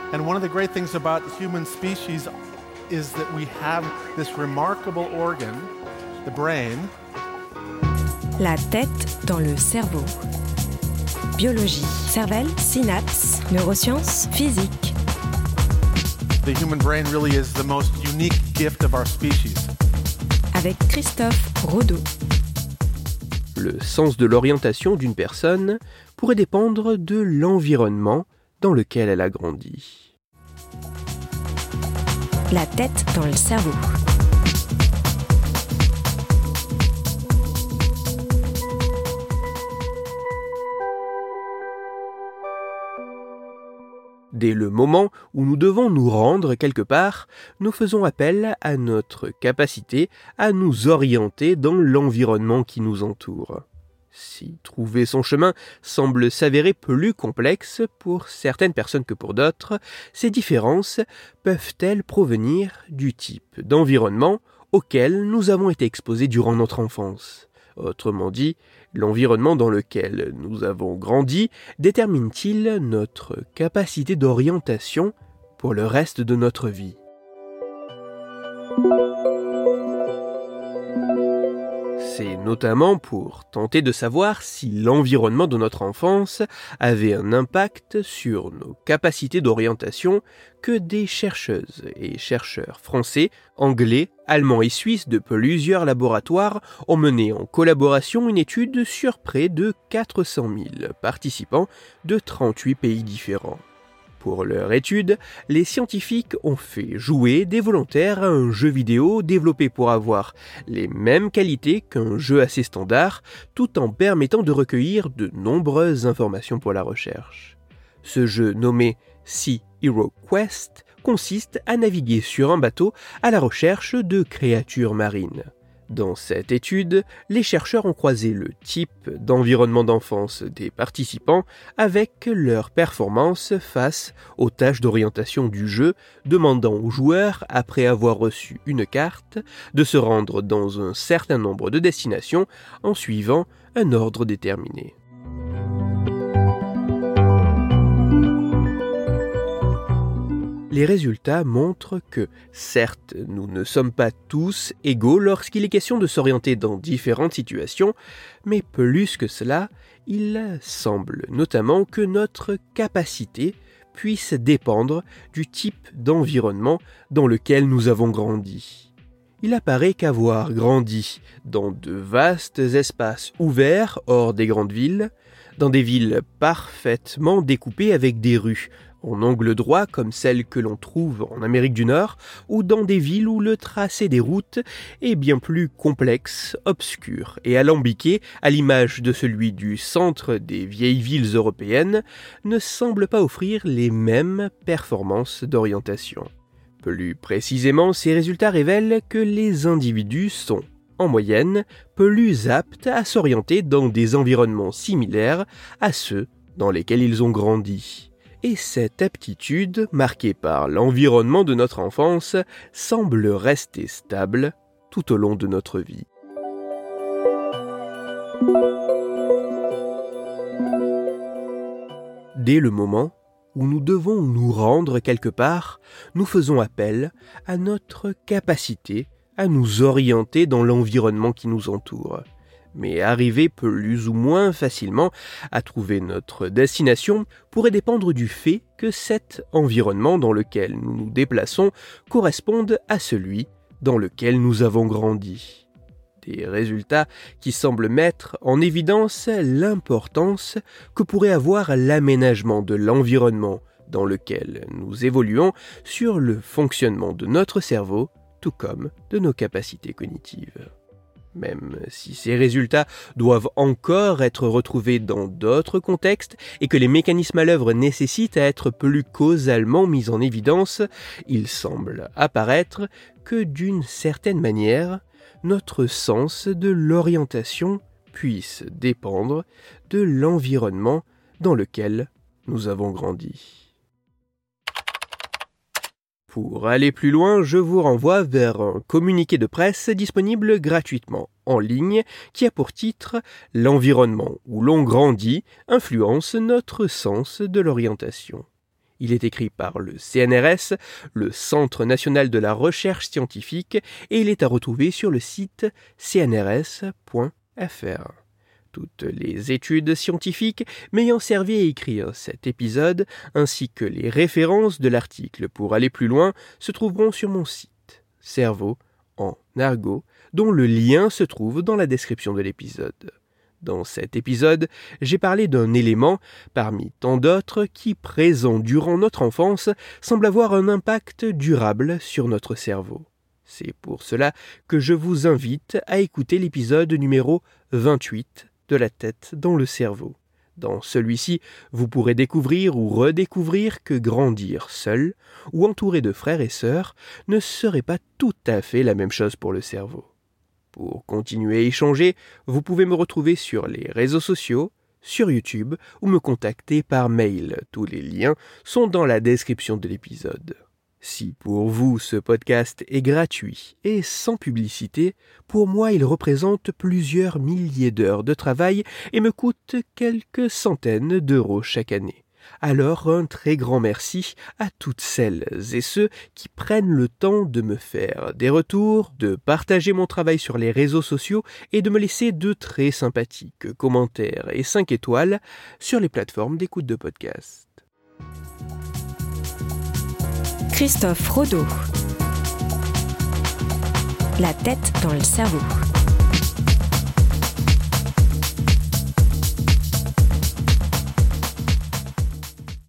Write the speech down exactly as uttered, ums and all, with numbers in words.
And one of the great things about the human species is that we have this remarkable organ, the brain. La tête dans le cerveau. Biologie, cervelle, synapses, neurosciences, physique. The human brain really is the most unique gift of our species. Avec Christophe Rodeau. Le sens de l'orientation d'une personne pourrait dépendre de l'environnement dans lequel elle a grandi. La tête dans le cerveau. Dès le moment où nous devons nous rendre quelque part, nous faisons appel à notre capacité à nous orienter dans l'environnement qui nous entoure. Si trouver son chemin semble s'avérer plus complexe pour certaines personnes que pour d'autres, ces différences peuvent-elles provenir du type d'environnement auquel nous avons été exposés durant notre enfance ? Autrement dit, l'environnement dans lequel nous avons grandi détermine-t-il notre capacité d'orientation pour le reste de notre vie ? C'est notamment pour tenter de savoir si l'environnement de notre enfance avait un impact sur nos capacités d'orientation que des chercheuses et chercheurs français, anglais, allemands et suisses de plusieurs laboratoires ont mené en collaboration une étude sur près de quatre cent mille participants de trente-huit pays différents. Pour leur étude, les scientifiques ont fait jouer des volontaires à un jeu vidéo développé pour avoir les mêmes qualités qu'un jeu assez standard, tout en permettant de recueillir de nombreuses informations pour la recherche. Ce jeu nommé Sea Hero Quest consiste à naviguer sur un bateau à la recherche de créatures marines. Dans cette étude, les chercheurs ont croisé le type d'environnement d'enfance des participants avec leur performance face aux tâches d'orientation du jeu, demandant aux joueurs, après avoir reçu une carte, de se rendre dans un certain nombre de destinations en suivant un ordre déterminé. Les résultats montrent que, certes, nous ne sommes pas tous égaux lorsqu'il est question de s'orienter dans différentes situations, mais plus que cela, il semble notamment que notre capacité puisse dépendre du type d'environnement dans lequel nous avons grandi. Il apparaît qu'avoir grandi dans de vastes espaces ouverts hors des grandes villes, dans des villes parfaitement découpées avec des rues, en angle droit comme celles que l'on trouve en Amérique du Nord, ou dans des villes où le tracé des routes est bien plus complexe, obscur et alambiqué, à l'image de celui du centre des vieilles villes européennes, ne semble pas offrir les mêmes performances d'orientation. Plus précisément, ces résultats révèlent que les individus sont, en moyenne, plus aptes à s'orienter dans des environnements similaires à ceux dans lesquels ils ont grandi. Et cette aptitude, marquée par l'environnement de notre enfance, semble rester stable tout au long de notre vie. Dès le moment où nous devons nous rendre quelque part, nous faisons appel à notre capacité à nous orienter dans l'environnement qui nous entoure. Mais arriver plus ou moins facilement à trouver notre destination pourrait dépendre du fait que cet environnement dans lequel nous nous déplaçons corresponde à celui dans lequel nous avons grandi. Des résultats qui semblent mettre en évidence l'importance que pourrait avoir l'aménagement de l'environnement dans lequel nous évoluons sur le fonctionnement de notre cerveau, tout comme de nos capacités cognitives. Même si ces résultats doivent encore être retrouvés dans d'autres contextes et que les mécanismes à l'œuvre nécessitent à être plus causalement mis en évidence, il semble apparaître que d'une certaine manière, notre sens de l'orientation puisse dépendre de l'environnement dans lequel nous avons grandi. Pour aller plus loin, je vous renvoie vers un communiqué de presse disponible gratuitement en ligne qui a pour titre « L'environnement où l'on grandit influence notre sens de l'orientation ». Il est écrit par le C N R S, le Centre national de la recherche scientifique, et il est à retrouver sur le site c n r s point f r. Toutes les études scientifiques m'ayant servi à écrire cet épisode, ainsi que les références de l'article pour aller plus loin, se trouveront sur mon site, Cerveau en argot, dont le lien se trouve dans la description de l'épisode. Dans cet épisode, j'ai parlé d'un élément, parmi tant d'autres, qui, présent durant notre enfance, semble avoir un impact durable sur notre cerveau. C'est pour cela que je vous invite à écouter l'épisode numéro vingt-huit de La tête dans le cerveau. Dans celui-ci, vous pourrez découvrir ou redécouvrir que grandir seul, ou entouré de frères et sœurs, ne serait pas tout à fait la même chose pour le cerveau. Pour continuer à échanger, vous pouvez me retrouver sur les réseaux sociaux, sur YouTube ou me contacter par mail. Tous les liens sont dans la description de l'épisode. Si pour vous ce podcast est gratuit et sans publicité, pour moi il représente plusieurs milliers d'heures de travail et me coûte quelques centaines d'euros chaque année. Alors un très grand merci à toutes celles et ceux qui prennent le temps de me faire des retours, de partager mon travail sur les réseaux sociaux et de me laisser de très sympathiques commentaires et cinq étoiles sur les plateformes d'écoute de podcast. Christophe Rodeau. La tête dans le cerveau.